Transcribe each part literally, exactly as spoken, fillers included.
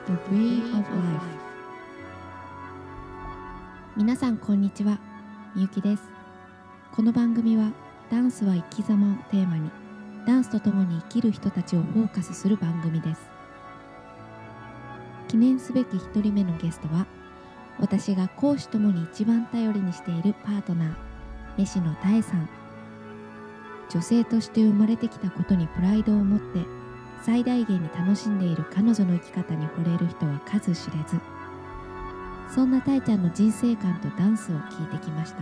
The Way of Life。 皆さんこんにちは、みゆきです。この番組はダンスは生き様をテーマに、ダンスとともに生きる人たちをフォーカスする番組です。記念すべきひとりめのゲストは、私が講師ともに一番頼りにしているパートナー、飯野多恵さん。女性として生まれてきたことにプライドを持って最大限に楽しんでいる彼女の生き方に惚れる人は数知れず。そんな多恵ちゃんの人生観とダンスを聞いてきました。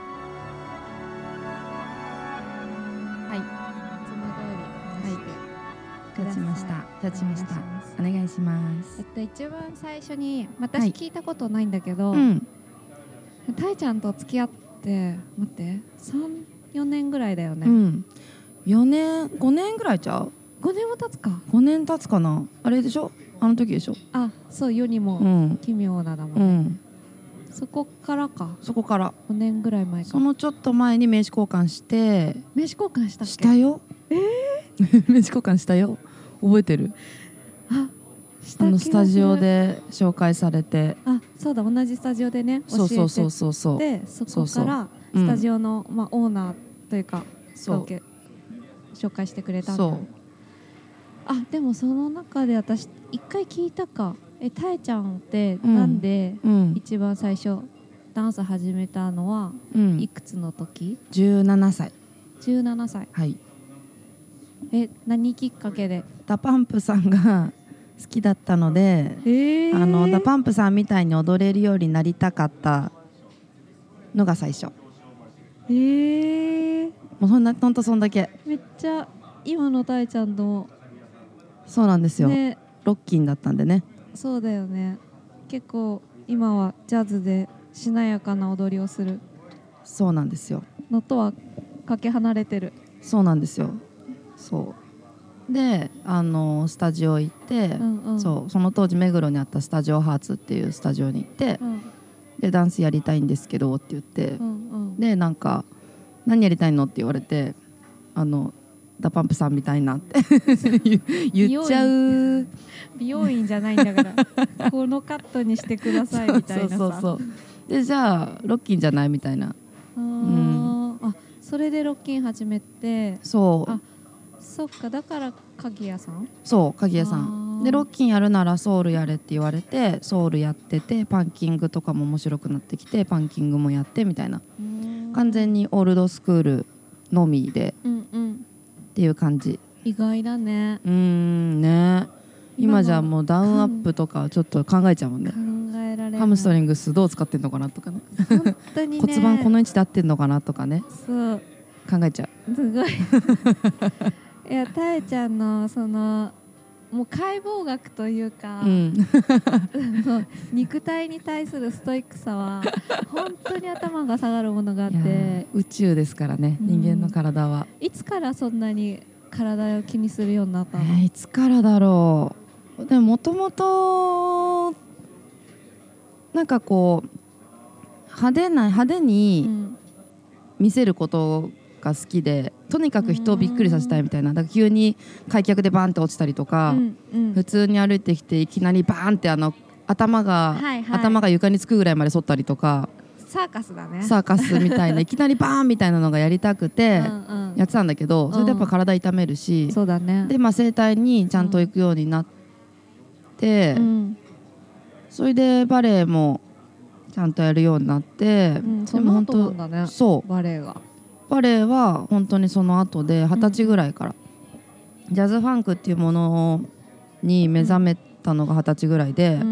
はい、いつも通り立ちました立ちましたお願いします。 えっと一番最初に私聞いたことないんだけど、 はい、うん、 多恵ちゃんと付き合って待ってさん、よねんぐらいだよね、 うん、よねんごねんぐらいちゃう。 ごねんも経つか。 ごねん経つかな。あれでしょ、あの時でしょ。 あ、そう、世にも奇妙なだもん、ね、 うん、 そこからか。 そこからごねんぐらい前か。 そのちょっと前に名刺交換して。 名刺交換したっけ。 したよ。 えー、 名刺交換したよ。覚えてる。 あ、したあのスタジオで紹介されて。 あ、そうだ、同じスタジオでね教えて。 そうそうそうそうで、そこからスタジオの、うん、まあ、オーナーというかそう紹介してくれたんだ。そう。あ、でもその中で私一回聞いたか。え、多恵ちゃんってなんで一番最初ダンス始めたのは、うん、いくつの時？ じゅうななさい。 じゅうななさい。 はい。 え、何きっかけで？ ダパンプさんが好きだったので、 えー、 あのダパンプさんみたいに踊れるようになりたかったのが最初。 えー、 もうそんなほんとそんだけ。 めっちゃ今の多恵ちゃんの。 そうなんですよ、 ね、 ロッキンだったんでね。 そうだよね。結構今はジャズでしなやかな踊りをする。 そうなんですよのとはかけ離れてる。 そうなんですよ。そうで、あのスタジオ行って、うんうん、そうその当時目黒にあったスタジオハーツっていうスタジオに行って、うん、でダンスやりたいんですけどって言って、うんうん、でなんか何やりたいのって言われて、あのダパンプさんみたいなって言っちゃう。 美容院じゃないんだからこのカットにしてくださいみたいなさ。そうそうそう。 でじゃあロッキンじゃないみたいな。 あ、うん、あ、それでロッキン始めて。 そう。 あ、そっか、だから鍵屋さん。 そう鍵屋さんで、ロッキンやるならソウルやれって言われてソウルやってて、パンキングとかも面白くなってきてパンキングもやってみたいな、完全にオールドスクールのみで、うんうん、っていう感じ。 意外だね。 うーんね。今じゃもうダウンアップとかちょっと考えちゃうもんね。 考えられない。 ハムストリングスどう使ってんのかなとかね。 本当にね骨盤この位置で合ってんのかなとかね。 そう考えちゃう。すごいいや、多恵ちゃんのそのもう解剖学というか、うん、肉体に対するストイックさは本当に頭が下がるものがあって。 宇宙ですからね、人間の体は。 いつからそんなに体を気にするようになったの？ えー、いつからだろう。でももともとなんかこう派手な派手に見せることが好きで、とにかく人をびっくりさせたいみたいな。だから急に開脚でバーンって落ちたりとか、うんうん、普通に歩いてきていきなりバーンってあの頭が、はいはい、頭が床につくぐらいまで反ったりとか。 サーカスだね。 サーカスみたいないきなりバーンみたいなのがやりたくてやってたんだけど、それでやっぱ体痛めるし、うん、 そうだね。 で、まあ、整体にちゃんと行くようになって、うん、それでバレエもちゃんとやるようになって、 うん、でも本当なんだね。そうバレエがバレエは本当にその後ではたちぐらいから、うん、ジャズファンクっていうものに目覚めたのがはたちぐらいで、うんうん、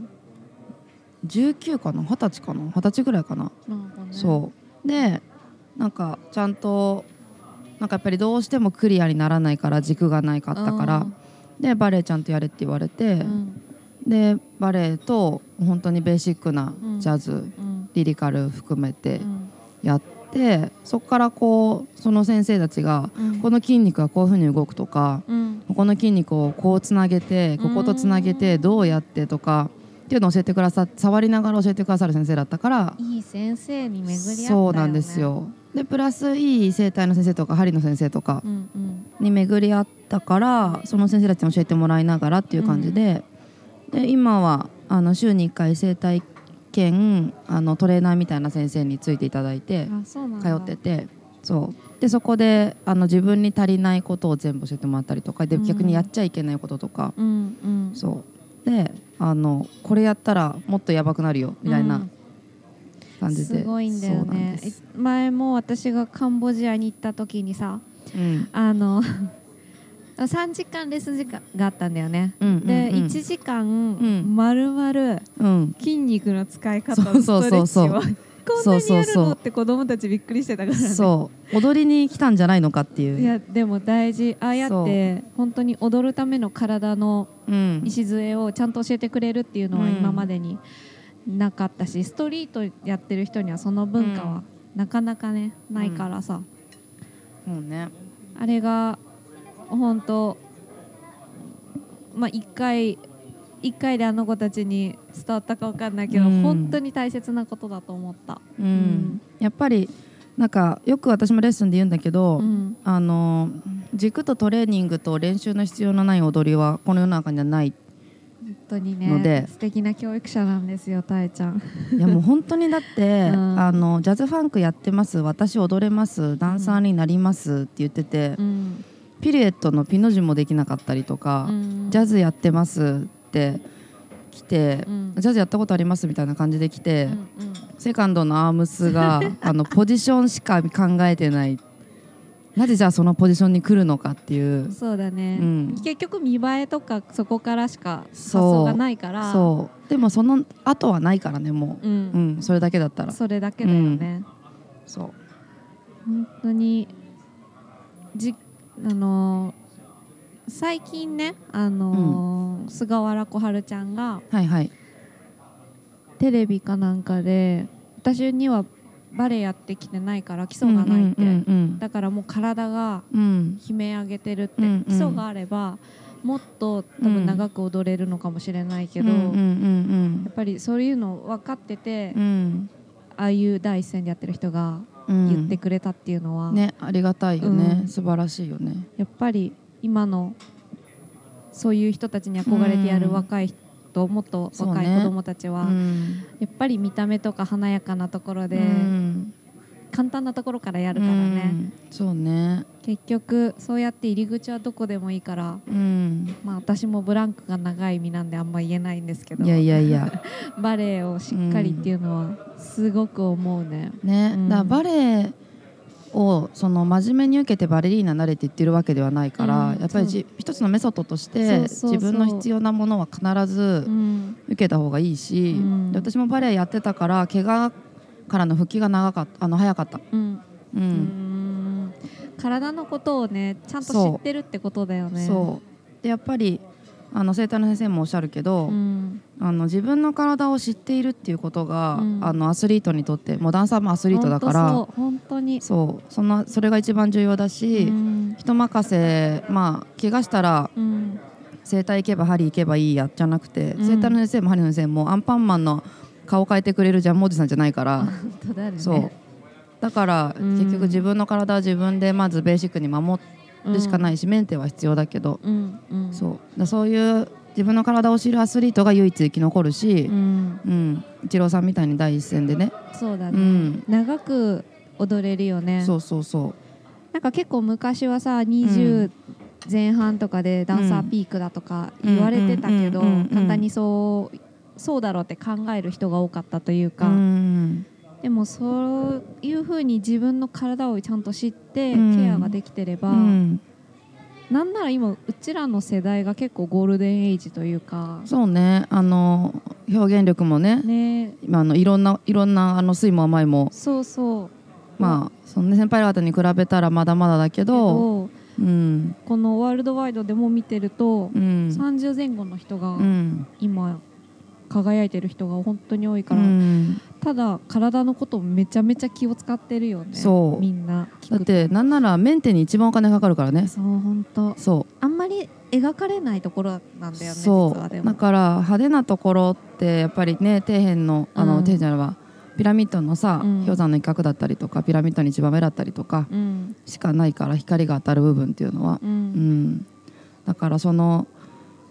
じゅうきゅうかなはたちかなはたちぐらいかな、なんかね、そうでなんかちゃんとなんかやっぱりどうしてもクリアにならないから軸がないかったから、でバレエちゃんとやれって言われて、うん、でバレエと本当にベーシックなジャズ、うん、リリカル含めてやって、そこからこうその先生たちが、うん、この筋肉がこういう風に動くとか、うん、ここの筋肉をこうつなげてこことつなげてどうやってとかっていうのを教えてくださって、触りながら教えてくださる先生だったから、 いい先生に巡り合ったよね。 そうなんですよ。でプラスいい整体の先生とか針の先生とかに巡り合ったから、その先生たちに教えてもらいながらっていう感じで、うん、 で今はあの週にいっかい整体兼あのトレーナーみたいな先生についていただいてあ、そうなん通だ。 ってて、そうでそこであの自分に足りないことを全部教えてもらったりとかで、 うん逆にやっちゃいけないこととか、 うんうんそうであのこれやったらもっとやばくなるよみたいな感じで、 すごいんだよそうなんねです。 前も私がカンボジアに行った時にさ、 うんあのさんじかんレッスン時間があったんだよね、 うんうんうんでいちじかんんまるまるうん筋肉の使い方そうそうのストレッチそうそうをこんなにやそうそうるそうのって子供たちびっくりしてたからね。 そう踊りに来たんじゃないのかっていう。 いやでも大事、ああやって本当に踊るための体のうん礎をちゃんと教えてくれるっていうのはうん今までになかったし、ストリートやってる人にはその文化はなかなかねないからさ、 もうねあれが本当まあいっかいいっかいであの子たちに伝わったか分かんないけど、 うん本当に大切なことだと思った。 うんうんやっぱりなんかよく私もレッスンで言うんだけど、 うんあの軸とトレーニングと練習の必要のない踊りはこの世の中にはない。 本当にのでね素敵な教育者なんですよ、たえちゃん。 いやもう本当にだって、 うんあのジャズファンクやってます、私踊れます、ダンサーになりますって言ってて、 うんピルエットのピの字もできなかったりとか、 うんジャズやってますって来て、 うんジャズやったことありますみたいな感じで来て、 うんうんセカンドのアームスがあのポジションしか考えてない、なぜじゃあそのポジションに来るのかっていう、 そうだね、 うん結局見栄えとかそこからしか発そう想がないからそうでもその後はないからねもう、 う、 うんん、それだけだったらそれだけだよね、 そう本当にじあのー最近ね、あのー菅原小春ちゃんがはいはいテレビかなんかで、私にはバレエやってきてないから基礎がないって、 うんうんうんだからもう体がうん悲鳴上げてるって、 うんうん基礎があればもっと多分長く踊れるのかもしれないけど、 うんうんやっぱりそういうの分かってて、 うんうんああいう第一線でやってる人がうん言ってくれたっていうのは、 ね、ありがたいよね、 うん素晴らしいよね。 やっぱり今のそういう人たちに憧れてやる若い人、もっと若い子供たちは、 うんやっぱり見た目とか華やかなところで、 うん簡単なところからやるからね、 うんそうね、 結局そうやって入り口はどこでもいいから、 うん、 まあ、私もブランクが長い身なんであんま言えないんですけど、 いやいやいやバレエをしっかりっていうのはすごく思うね。 ね、 うんだからバレエをその真面目に受けてバレリーナになれって言ってるわけではないから、 うんやっぱりじ一つのメソッドとしてそうそうそう自分の必要なものは必ずうん受けた方がいいし、 うんで私もバレエやってたから怪我からの復帰が長かったあの早かった、 うんうんうん体のことをねちゃんと知ってるってことだよね。 そうでやっぱりあの整体の先生もおっしゃるけど、 うんあの自分の体を知っているっていうことが、 うんあのアスリートにとってもうダンサーもアスリートだから本当そう本当にそうそのそれが一番重要だし、 うん人任せまあ怪我したらうん整体行けば針行けばいいやじゃなくて、 うん整体の先生も針の先生もアンパンマンの顔変えてくれるジャムおじさんじゃないから本当だね。 そうだからうん結局自分の体は自分でまずベーシックに守るしかないし、メンテは必要だけど、 うんうんそうだそういう自分の体を知るアスリートが唯一生き残るし、 うんうん、イチローさんみたいに第一線でね、 そうだね、 うん、 長く踊れるよね。 そうそうそうなんか結構昔はさにじゅう前半とかでダンサーピークだとか言われてたけど、 うんうんうんうん簡単にそうそうだろうって考える人が多かったというか、 うんでもそういうふうに自分の体をちゃんと知ってうんケアができてれば、 うんなんなら今うちらの世代が結構ゴールデンエイジというかそうね、あの表現力もねね、 今あのいろんないろんなあの酸いも甘いもそうそうまあその、ね、先輩方に比べたらまだまだだけけど、 どうんこのワールドワイドでも見てると、 うんさんじゅうぜん後の人がうん今輝いてる人が本当に多いから、 うんただ体のことをめちゃめちゃ気を使ってるよね。 そうみんな聞くとだってなんならメンテに一番お金かかるからね。 そう本当そあんまり描かれないところなんだよね。 そう実はでもだから派手なところってやっぱりね底辺のあの、 うん底辺じゃないわピラミッドのさ、 うん氷山の一角だったりとかピラミッドに一番上だったりとかうんしかないから光が当たる部分っていうのは、 ううんんだからその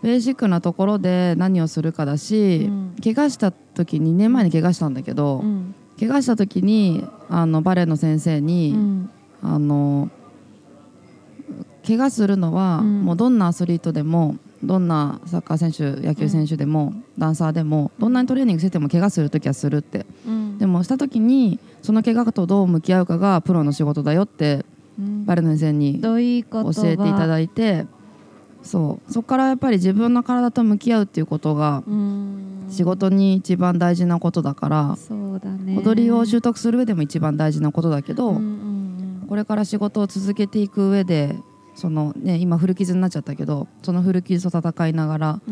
ベーシックなところで何をするかだし、うん、怪我した時ににねんまえに怪我したんだけど、うん、怪我した時にあのバレエの先生に、うん、あの怪我するのは、うん、もうどんなアスリートでもどんなサッカー選手野球選手でも、うん、ダンサーでもどんなにトレーニングしてても怪我する時はするって、うん、でもした時にその怪我とどう向き合うかがプロの仕事だよって、うん、バレエの先生に教えていただいて、そうそこからやっぱり自分の体と向き合うっていうことが仕事に一番大事なことだから、 そうだね、 踊りを習得する上でも一番大事なことだけど、うんうんうん、これから仕事を続けていく上でその、ね、今古傷になっちゃったけどその古傷と戦いながら、うん、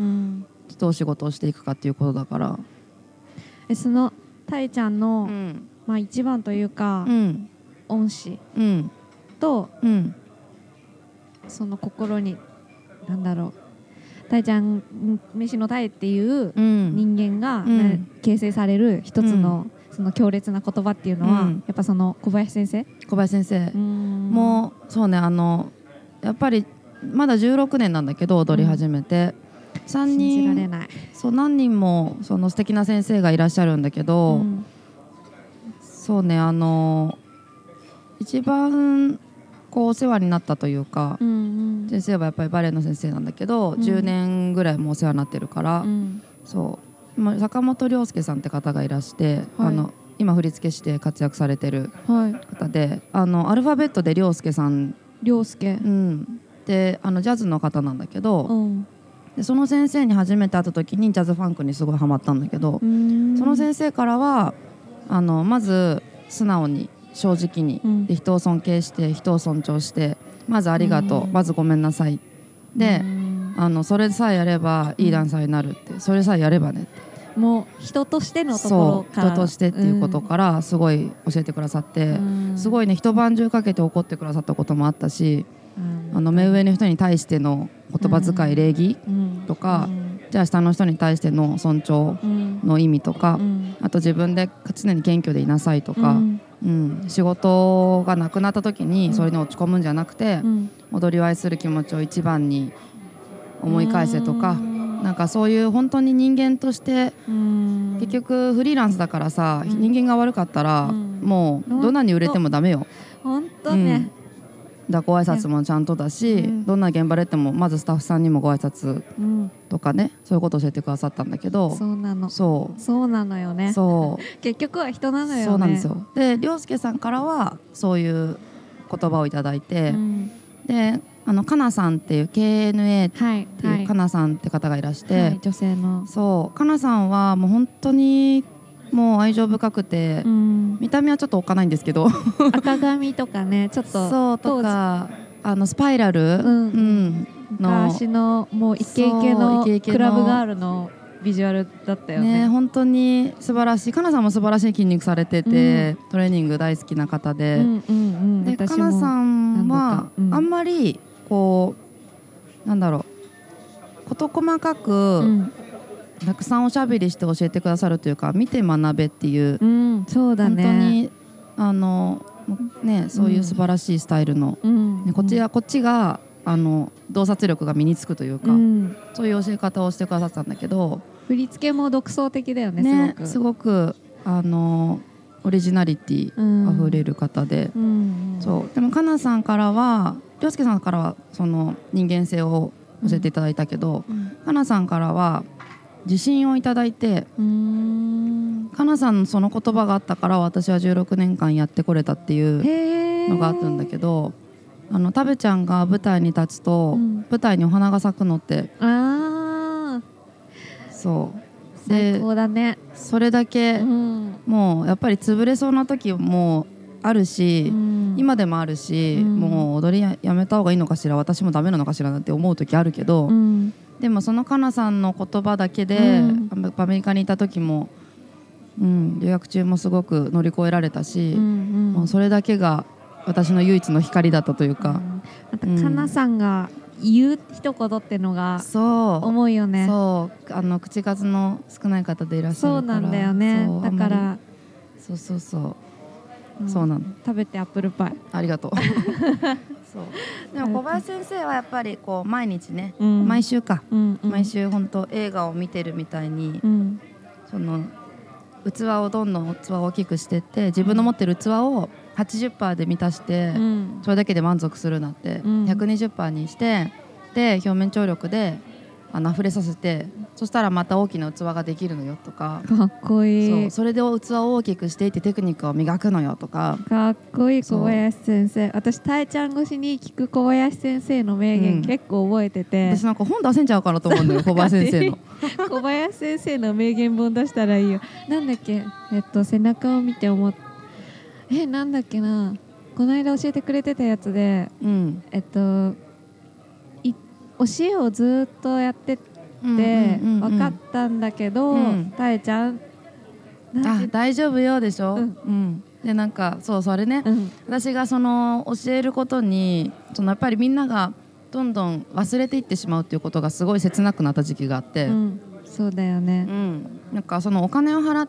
どう仕事をしていくかっていうことだから、 えそのたいちゃんの、うんまあ、一番というか、うん、恩師、うん、と、うん、その心になんだろうたいちゃん飯のたいっていう人間が、うん、形成される一つの、うん、その強烈な言葉っていうのは、うん、やっぱその小林先生小林先生もうそうねあのやっぱりまだじゅうろくねんなんだけど踊り始めて、うん、さんにん信じられないそう何人もその素敵な先生がいらっしゃるんだけど、うん、そうねあの一番こうお世話になったというか、うんうん、先生はやっぱりバレエの先生なんだけど、うん、じゅうねんぐらいもお世話になってるから、うん、そう坂本涼介さんって方がいらして、はい、あの今振付師で活躍されてる方で、はい、あのアルファベットで涼介さん涼介、 うん、であのジャズの方なんだけど、うん、でその先生に初めて会った時にジャズファンクにすごいハマったんだけど、その先生からはあのまず素直に正直に、うん、で人を尊敬して人を尊重してまずありがとう、まずごめんなさいで、あのそれさえやればいいダンサーになるって、それさえやればねってもう人としてのところから人としてっていうことからすごい教えてくださって、うん、すごいね一晩中かけて怒ってくださったこともあったし、うん、あの目上の人に対しての言葉遣い、うん、礼儀とか、うん、じゃあ下の人に対しての尊重の意味とか、うん、あと自分で常に謙虚でいなさいとか、うんうん、仕事がなくなった時にそれに落ち込むんじゃなくて、うん、踊りを愛する気持ちを一番に思い返せとか、なんかそういう本当に人間として結局フリーランスだからさ、うん、人間が悪かったら、うん、もうどんなに売れてもダメよ本当ね、 うん、だご挨拶もちゃんとだし、うん、どんな現場でってもまずスタッフさんにもご挨拶とかね、そういうことを教えてくださったんだけど、 そうなのそうそうなのよね、そう結局は人なのよね。 そうなんですよ。で涼介さんからはそういう言葉をいただいて、うん、であのかなさんっていう ケーエヌエー っていうかなさんって方がいらして、はい、 女性のそうかなさんはもう本当にもう愛情深くて、うん、見た目はちょっとおっかないんですけど赤髪とかねちょっとそうとかあのスパイラル、うんうん、 の昔のもうイケイケのクラブガールのビジュアルだったよ ね, ね本当に素晴らしい。かなさんも素晴らしい筋肉されてて、うん、トレーニング大好きな方で、うんうんうん、でかなさんはあんまりこうなんだろう事細かく、うん、たくさんおしゃべりして教えてくださるというか見て学べっていう、うん、 そうだね、 本当にあの、ね、そういう素晴らしいスタイルの、うんね、こっちはこっちがあの洞察力が身につくというか、うん、そういう教え方をしてくださったんだけど、 振り付けも独創的だよ ね, ねすごく、すごくあのオリジナリティあふれる方で、うんうんうん、そうでもかなさんからは涼介さんからはその人間性を教えていただいたけど、うん、かなさんからは自信をいただいて、うーんかなさんのその言葉があったから私はじゅうろくねんかんやってこれたっていうのがあるんだけど、あのタベちゃんが舞台に立つと、うん、舞台にお花が咲くのってあそうで最高だね。 それだけ、うん、もうやっぱり潰れそうな時もあるし、うん、今でもあるし、うん、もう踊り や, やめた方がいいのかしら私もダメなのかしらなんて思う時あるけど、うん、でもそのかなさんの言葉だけで、うん、アメリカにいた時も、うん、留学中もすごく乗り越えられたし、うんうん、もうそれだけが私の唯一の光だったというか、うん、 またかなさんが言う一言ってのが重いよね。 そうあの口数の少ない方でいらっしゃるから。 そうなんだよね。だからそうそうそううん、そうなの。 食べてアップルパイ。 ありがとう。そうでも小林先生はやっぱりこう毎日ね、 うん、 毎週か、 うんうん、毎週本当映画を見てるみたいに、 うん、 その器をどんどん器を大きくしてって自分の持ってる器を はちじゅっパーセント で満たして、うん、それだけで満足するなって、うん、ひゃくにじゅっパーセント にしてで表面張力であの溢れさせてそしたらまた大きな器ができるのよとかかっこいいそう、それで器を大きくしていってテクニックを磨くのよとかかっこいい小林先生。私たいちゃん越しに聞く小林先生の名言、うん、結構覚えてて私なんか本出せんちゃうかなと思うんだよ小林先生の小林先生の名言本出したらいいよ。なんだっけ、えっと背中を見て思っえなんだっけな、この間教えてくれてたやつで、うん、えっとい教えをずっとやってて分かったんだけど、たえ、うん、ちゃんあ大丈夫よでしょ、うんうん、でなんかそうそれね、うん、私がその教えることにそのやっぱりみんながどんどん忘れていってしまうっていうことがすごい切なくなった時期があって、うん、 そうだよね、 うん、なんかそのお金を払って、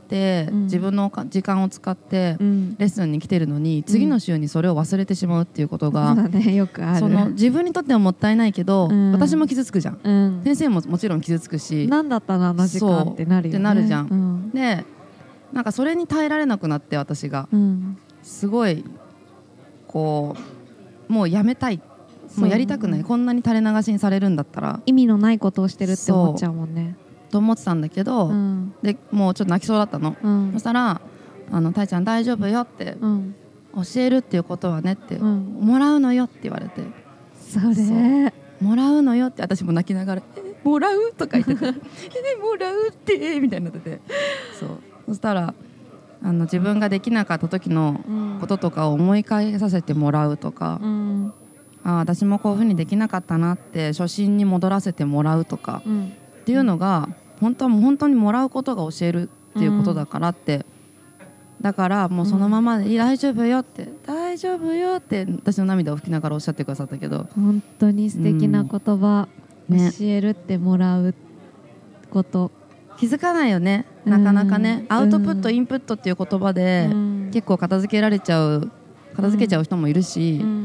うん、自分の時間を使ってレッスンに来てるのに、うん、次の週にそれを忘れてしまうっていうことが、 うん、そうだね、よくある。 その自分にとってはもったいないけど、うん、私も傷つくじゃん、うん、先生ももちろん傷つくし何だったのあの時間ってなるよね。 ってなるじゃん、うん、でなんかそれに耐えられなくなって私が、うん、すごいこうもうやめたい、もうやりたくない、こんなに垂れ流しにされるんだったら意味のないことをしてるって思っちゃうもんねと思ってたんだけど、うん、でもうちょっと泣きそうだったの、うん、そしたらあのたいちゃん大丈夫よって、うん、教えるっていうことはねって、うん、もらうのよって言われて、 それもらうのよって私も泣きながらえもらうとか言っててえもらうってみたいになってて、そうそしたらあの自分ができなかった時のこととかを思い返させてもらうとか、うん、あ私もこういうふうにできなかったなって初心に戻らせてもらうとか、うん、っていうのが本当はもう本当にもらうことが教えるっていうことだからって、うん、だからもうそのままで、うん、大丈夫よって大丈夫よって私の涙を拭きながらおっしゃってくださったけど、 本当に素敵な言葉、うんね、教えるってもらうこと気づかないよね、なかなかね、アウトプット、インプットっていう言葉で結構片付けられちゃう片付けちゃう人もいるし、うんうん、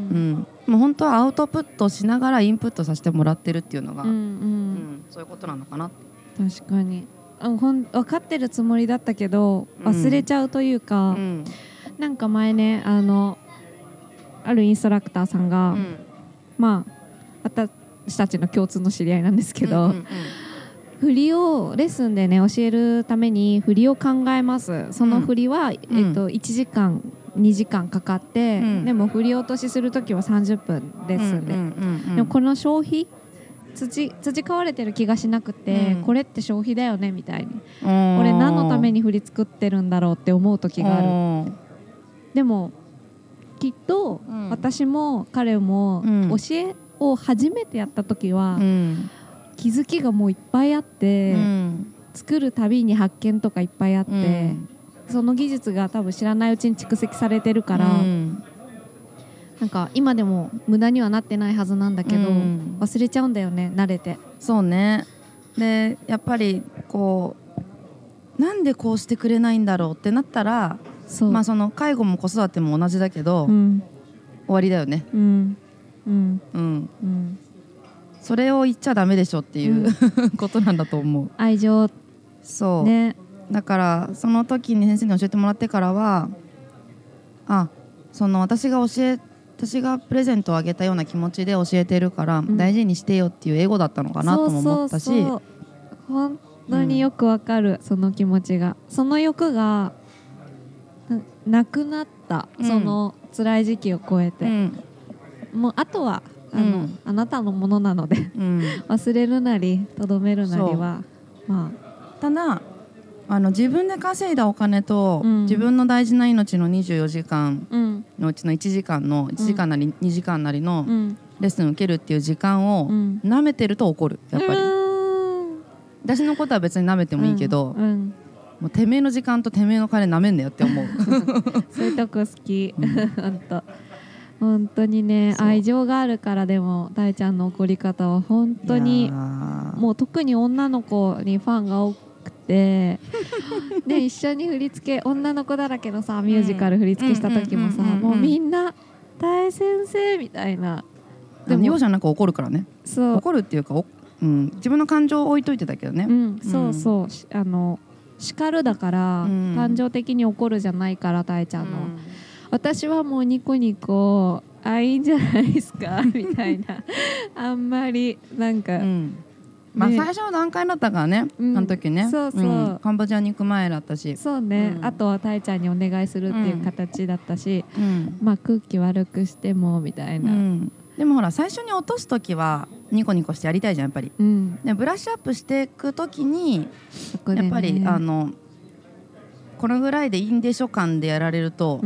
もう本当はアウトプットしながらインプットさせてもらってるっていうのが、うんうんうん、そういうことなのかな。 確かにあほん分かってるつもりだったけど忘れちゃうというか、うん、なんか前ねあのあるインストラクターさんが、うん、まあ私たちの共通の知り合いなんですけど、うんうんうん、振りをレッスンでね教えるために振りを考えます。その振りは、うんえっと、いちじかんにじかんかかって、うん、でも振り落としするときはさんじゅっぷんレッスンで、うんうんうんうん、でもこの消費辻培われてる気がしなくて、うん、これって消費だよねみたいに俺何のために振り作ってるんだろうって思う時がある。でもきっと、うん、私も彼も、うん、教えを初めてやった時は、うん、気づきがもういっぱいあって、うん、作るたびに発見とかいっぱいあって、うん、その技術が多分知らないうちに蓄積されてるから、うん、なんか今でも無駄にはなってないはずなんだけど、うん、忘れちゃうんだよね慣れて。 そうね。でやっぱりこうなんでこうしてくれないんだろうってなったらそう、まあ、その介護も子育ても同じだけど、うん、終わりだよね、うんうんうんうん、それを言っちゃダメでしょっていう、うん、ことなんだと思う。 愛情そう、ね、だからその時に先生に教えてもらってからはあその私が教え私がプレゼントをあげたような気持ちで教えてるから、うん、大事にしてよっていうエゴだったのかなとも思ったし、そうそうそう本当によくわかる、うん、その気持ちがその欲がなくなった、うん、その辛い時期を超えて、うん、もうあとはあの、うん、あなたのものなので、うん、忘れるなりとどめるなりは、まあ、 ただあの自分で稼いだお金と、うん、自分の大事な命のにじゅうよじかんのうちのいちじかんのいちじかんなりにじかんなりのレッスンを受けるっていう時間を舐めてると怒る。やっぱり私のことは別に舐めてもいいけど、うんうん、もうてめえの時間とてめえの金舐めんなよって思うそういうとこ好き、うん、本当本当にね愛情があるから。でも大ちゃんの怒り方は本当にもう特に女の子にファンが多くてで一緒に振り付け女の子だらけのさミュージカル振り付けした時もさ、もうみんな大先生みたいな。 でも容赦なく怒るからね。 そう怒るっていうか、うん、自分の感情を置いといてたけどね、 うん、そうそう、うん、あの叱るだから、うん、感情的に怒るじゃないからたえちゃんの、うん、私はもうニコニコあいいんじゃないですかみたいなあんまりなんか、うんね、 まあ、最初の段階だったからね、うん、あの時ね、 そうそう、うん、 カンボジアに行く前だったし、 そうね、うん、あとはたえちゃんにお願いするっていう形だったし、うん、まあ空気悪くしてもみたいな、うん、 でもほら最初に落とす時はニコニコしてやりたいじゃんやっぱり、うん、でブラッシュアップしていく時に、ね、やっぱりあのこのぐらいでいいんでしょ感でやられると、うん、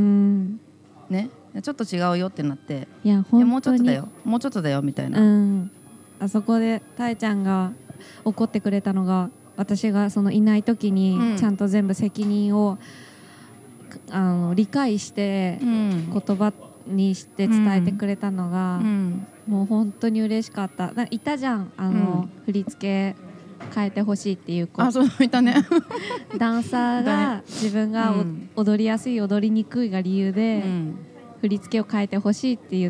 ね、ちょっと違うよってなって、 いや本当にもうちょっとだよもうちょっとだよみたいな、 うん、あそこでたえちゃんが怒ってくれたのが、私がそのいない時にちゃんと全部責任を、うん、あの理解して言葉にして伝えてくれたのが、うん、もう本当に嬉しかった。なんかいたじゃん、あの、うん、振り付け変えてほしいっていう子。 あ、そういたねダンサーが自分が、うん、踊りやすい踊りにくいが理由で、うん、振り付けを変えてほしいって言って、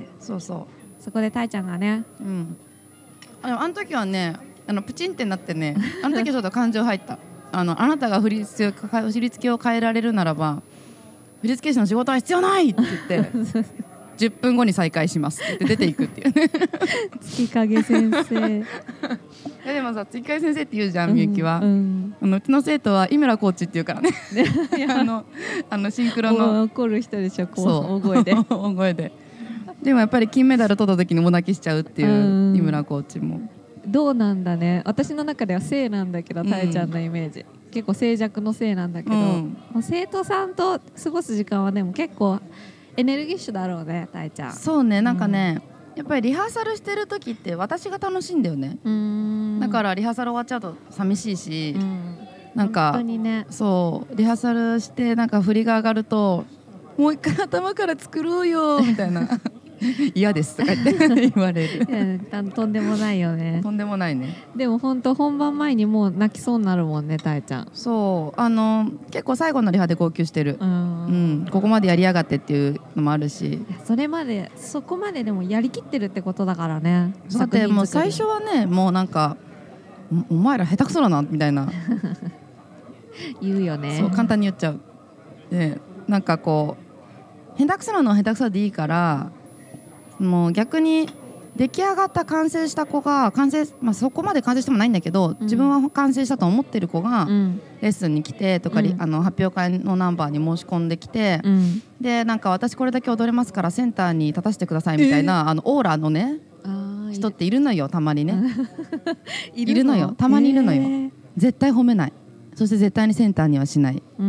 そうそう、 そこでたいちゃんがね、 うん、あの、あの時はね、あのプチンってなってね、あの時はちょっと感情入ったあのあなたが振り付け、振り付けを変えられるならば振付師の仕事は必要ないって言ってじゅっぷんごに再開しますって言って出ていくっていうね月影先生でもさ、月影先生って言うじゃん、みゆきは、うん、あのうちの生徒は井村コーチって言うからねあのあのシンクロの怒る人でしょ、こう大声で大声で。でもやっぱり金メダル取った時にも泣きしちゃうっていう井村コーチもどうなんだね。私の中では性なんだけど、たえちゃんのイメージ、うん、結構静寂の性なんだけど、うん、生徒さんと過ごす時間はでも結構エネルギッシュだろうね、たえちゃん。 そうね、なんかね、うん、やっぱりリハーサルしてる時って私が楽しいんだよね。うーん、だからリハーサル終わっちゃうと寂しいし、うん、なんか本当にね、 そうリハーサルしてなんか振りが上がるともう一回頭から作ろうよみたいな嫌ですとか言って言われる。 いや、とんでもないよね。 とんでもないね。 でも本当本番前にもう泣きそうになるもんね、たえちゃん。 そうあの結構最後のリハで号泣してる。うん、うん、ここまでやりやがってっていうのもあるし、 いやそれまでそこまででもやりきってるってことだからね。 だってもう最初はね、もうなんかお前ら下手くそだなみたいな言うよね。 そう簡単に言っちゃう。でなんかこう下手くそなのは下手くそでいいから、もう逆に出来上がった完成した子が完成、まあ、そこまで完成してもないんだけど、うん、自分は完成したと思ってる子がレッスンに来てとか、うん、あの発表会のナンバーに申し込んできて、うん、でなんか私これだけ踊れますからセンターに立たせてくださいみたいな、えー、あのオーラのね人っているのよ、たまにねいるのよ、たまにいるのよ、えー、絶対褒めない、そして絶対にセンターにはしない。うーん、うん、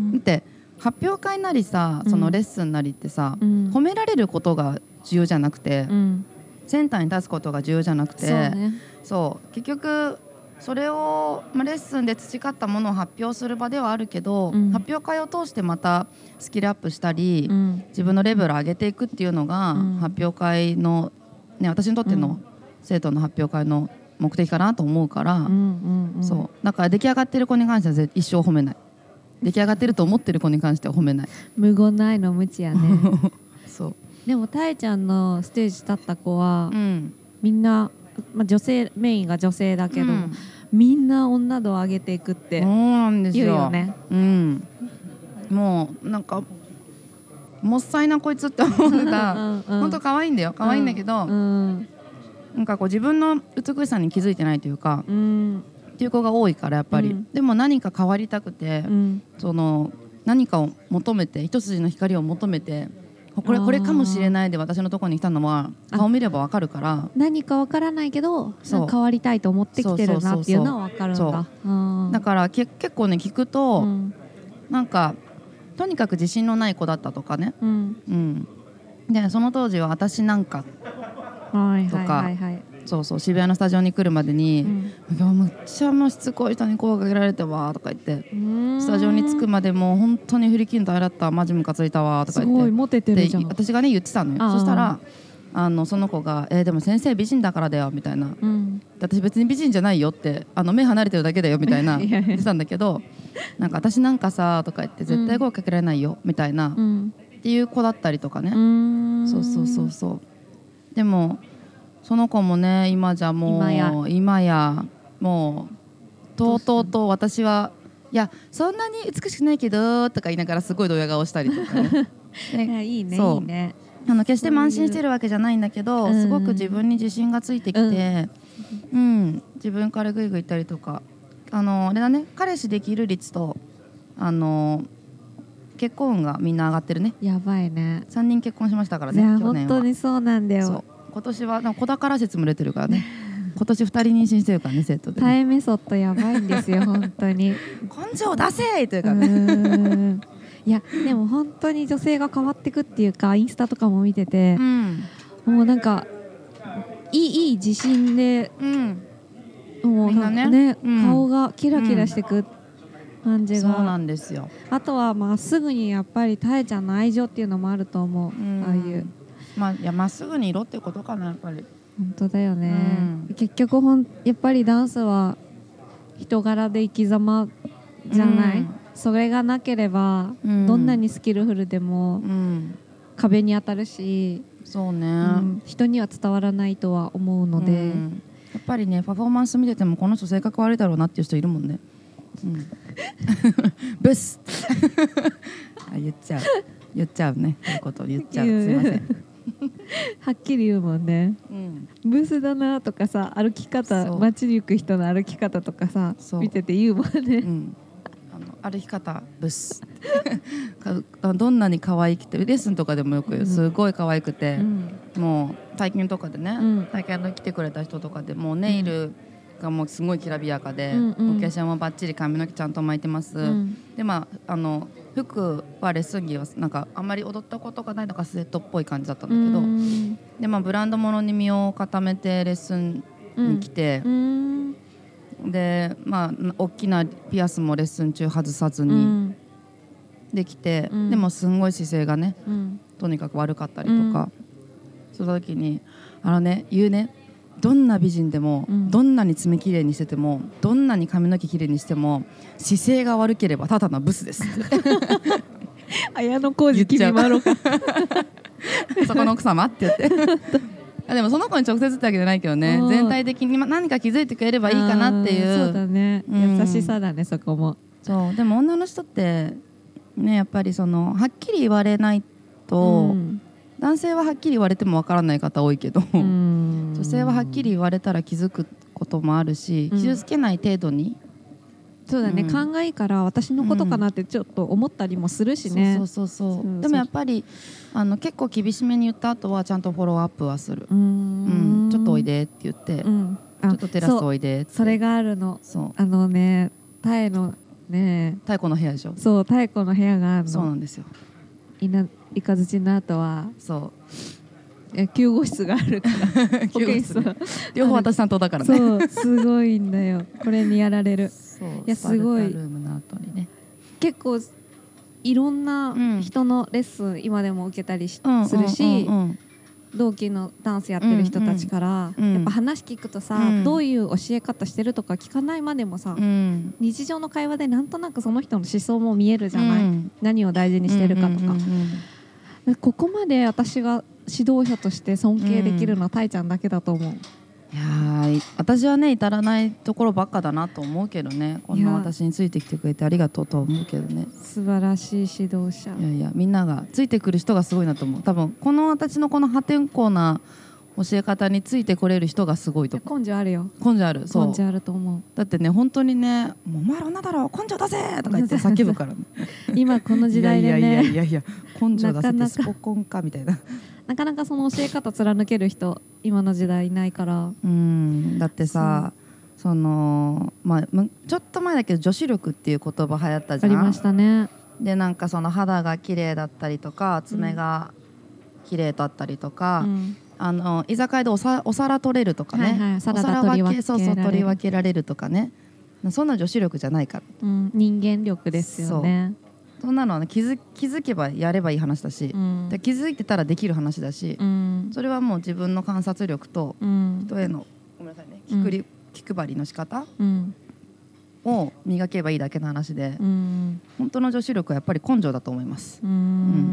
だって発表会なりさ、そのレッスンなりってさ、うん、褒められることが重要じゃなくて、うん、センターに立つことが重要じゃなくて、そうね、そう結局それを、まあ、レッスンで培ったものを発表する場ではあるけど、うん、発表会を通してまたスキルアップしたり、うん、自分のレベルを上げていくっていうのが、うん、発表会の、ね、私にとっての生徒の発表会の目的かなと思うから、うんうんうん、そうだから出来上がってる子に関しては一生褒めない、出来上がってると思ってる子に関しては褒めない。 無言の愛の無知やねそうでもたえちゃんのステージ立った子は、うん、みんな、まあ、女性メインが女性だけど、うん、みんな女度を上げていくって言うよね。 うん、もうなんかもっさいなこいつって思ってたうん、うん、本当可愛いんだよ、可愛いんだけど、うんうん、なんかこう自分の美しさに気づいてないというか、うん、っていう子が多いからやっぱり、うん、でも何か変わりたくて、うん、その何かを求めて一筋の光を求めてこれ、これかもしれないで私のところに来たのは顔見ればわかるから、 何かわからないけど変わりたいと思ってきてるなっていうのはわかるんだ。 だからけ結構ね聞くと、うん、なんかとにかく自信のない子だったとかね、うんうん、でその当時は私なんかとか、はいはいはい、そうそう渋谷のスタジオに来るまでに、うん、むっちゃもうしつこい人に声をかけられてわとか言って、スタジオに着くまでもう本当に振り切るとあれだった、マジムカついたわとか言って、 すごいモテてるじゃん。 私がね言ってたのよ。そしたらあのその子が、えー、でも先生美人だからだよみたいな、 うん、 私別に美人じゃないよって、あの目離れてるだけだよみたいな言ってたんだけどなんか私なんかさとか言って絶対声かけられないよみたいな、うん、っていう子だったりとかね、うん、そうそうそうそう。でもその子もね今じゃもう今や、今やもうとうとうと私はいやそんなに美しくないけどとか言いながらすごいドヤ顔したりとかねいやいいねいいね。 あの決して慢心してるわけじゃないんだけど、すごく自分に自信がついてきて、うん、うん、自分からグイグイ行ったりとか、あのあれだね、彼氏できる率とあの結婚運がみんな上がってるね。 やばいね。 さんにん結婚しましたからね。 いや本当にそうなんだよ。 そう今年はなんか子宝説も出てるからね今年ふたり妊娠してるからね、セットで、ね、 タイメソッドやばいんですよ本当に根性出せというかねいやでも本当に女性が変わってくっていうか、インスタとかも見てて、うん、もうなんかいい、いい自信で、うん、もうなんかね、うん、顔がキラキラしてく感じが、うん、 そうなんですよ。 あとはまっすぐにやっぱりたえちゃんの愛情っていうのもあると思う、うん、ああいうまあ、いやまっすぐに色ってことかな、やっぱり本当だよね、うん、結局ほんやっぱりダンスは人柄で生き様じゃない、うん、それがなければ、うん、どんなにスキルフルでも、うん、壁に当たるし、 そうね、うん、 人には伝わらないとは思うので、うん、 やっぱりねパフォーマンス見ててもこの人性格悪いだろうなっていう人いるもんね、うん、ブスあ言っちゃう言っちゃうね、そういうこと言っちゃう、すいませんはっきり言うもんね、うん、ブスだなとかさ、歩き方、街に行く人の歩き方とかさ見てて言うもんね、うん、 あの歩き方ブスどんなに可愛くて、レッスンとかでもよくすごい可愛くて、うん、もう体験とかでね、うん、体験に来てくれた人とかでもうネイルがもうすごいきらびやかで、うんうん、お化粧もバッチリ、髪の毛ちゃんと巻いてます、うん、でまああの服はレッスン着はなんかあんまり踊ったことがないのかスウェットっぽい感じだったんだけど、うん、でまあブランド物に身を固めてレッスンに来て、うん、でまあ大きなピアスもレッスン中外さずにできて、うん、でもすんごい姿勢がね、うん、とにかく悪かったりとか、うん、その時にあのね言うね、どんな美人でも、うん、どんなに爪きれいにしてても、どんなに髪の毛きれいにしても姿勢が悪ければただのブスです綾小路きびまろかそこの奥様って言ってでもその子に直接ってわけじゃないけどね、全体的に何か気づいてくれればいいかなっていう、 そうだね、うん、優しさだね、そこも。 そうでも女の人ってね、やっぱりそのはっきり言われないと、うん、男性ははっきり言われてもわからない方多いけど、うん、女性ははっきり言われたら気づくこともあるし、うん、傷つけない程度に、 そうだね、うん、勘がいいから私のことかなってちょっと思ったりもするしね、 そうそうそうそう、でもやっぱりあの結構厳しめに言った後はちゃんとフォローアップはする、うん、うん、ちょっとおいでって言って、うん、ちょっとテラスおいでって、 そ, それがあるの、そうあのね、タエのね、 太鼓の部屋でしょ、 そう太鼓の部屋があるの、 そうなんですよ、 いなイカズチの後はそうえ救護室があるから救護室、ね、両方私担当だからね、 そうすごいんだよこれにやられる、そういやすごい、 ルームの後にね、 結構いろんな人のレッスン今でも受けたりし、うん、するし、うんうんうん、同期のダンスやってる人たちから、うんうん、やっぱ話聞くとさ、うん、どういう教え方してるとか聞かないまでもさ、うん、日常の会話でなんとなくその人の思想も見えるじゃない、うん、何を大事にしてるかとか、うんうんうんうん、ここまで私が指導者として尊敬できるのはタイちゃんだけだと思う。 いや私はね至らないところばっかだなと思うけどね、こんな私についてきてくれてありがとうと思うけどね、 素晴らしい指導者。 いやいやみんながついてくる人がすごいなと思う。多分この私のこの破天荒な教え方についてこれる人がすごいと思う。 根性あるよ、 根性ある、そう根性あると思う。 だってね本当にねもうお前ら女だろ根性出せとか言って叫ぶからね今この時代でね、 いやいやいやいや根性出せってスポコンかみたいななかなかその教え方貫ける人今の時代いないから。 うん、だってさ そ, その、まあ、ちょっと前だけど女子力っていう言葉流行ったじゃん。 ありましたね。 でなんかその肌が綺麗だったりとか爪が綺麗だったりとか、うん、あの居酒屋で お, さお皿取れるとかね、はいはい、 お皿取り分けそうそう取り分けられるとかね、そんな女子力じゃないから、 うん、人間力ですよね。 そんなのは、ね、気づ、気づけばやればいい話だし、うん、で気づいてたらできる話だし、うん、それはもう自分の観察力と人への、ごめんなさいね、気くり、うん、気配りの仕方、うんを磨けばいいだけの話で、うん、本当の女子力はやっぱり根性だと思います。うん、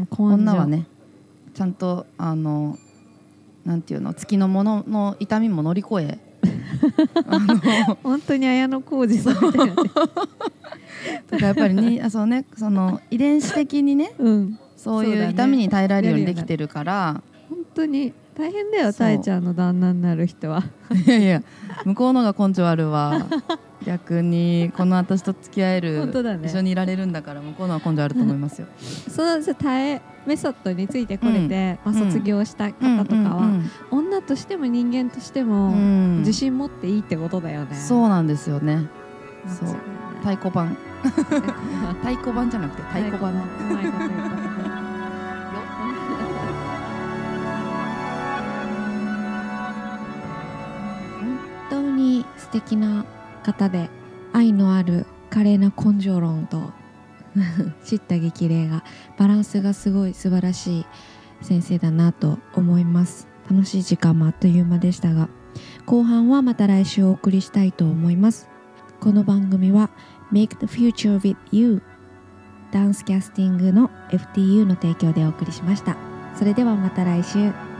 うん、女はねちゃんとあのなんていうの月のものの痛みも乗り越えあの本当に綾小路さんみたいな、ね、 とかやっぱりにあそう、ね、その遺伝子的にね、うん、そういう痛みに耐えられるようにできてるから、ね、 本当に大変だよたえちゃんの旦那になる人は。 いやいや向こうのが根性あるわ逆にこの私と付き合える、ね、一緒にいられるんだから向こうのは根性あると思いますよ。 その耐えメソッドについてこれて、うんまあ、卒業した方とかは、うんうんうんうん、女としても人間としても自信持っていいってことだよね、うん、 そうなんですよね。そう太鼓判太鼓判じゃなくて太鼓判のうまいこと言った本当に素敵な方で愛のある華麗な根性論と叱咤激励がバランスがすごい素晴らしい先生だなと思います。楽しい時間もあっという間でしたが後半はまた来週お送りしたいと思います。この番組は Make the Future with You ダンスキャスティングの エフティーユー の提供でお送りしました。それではまた来週。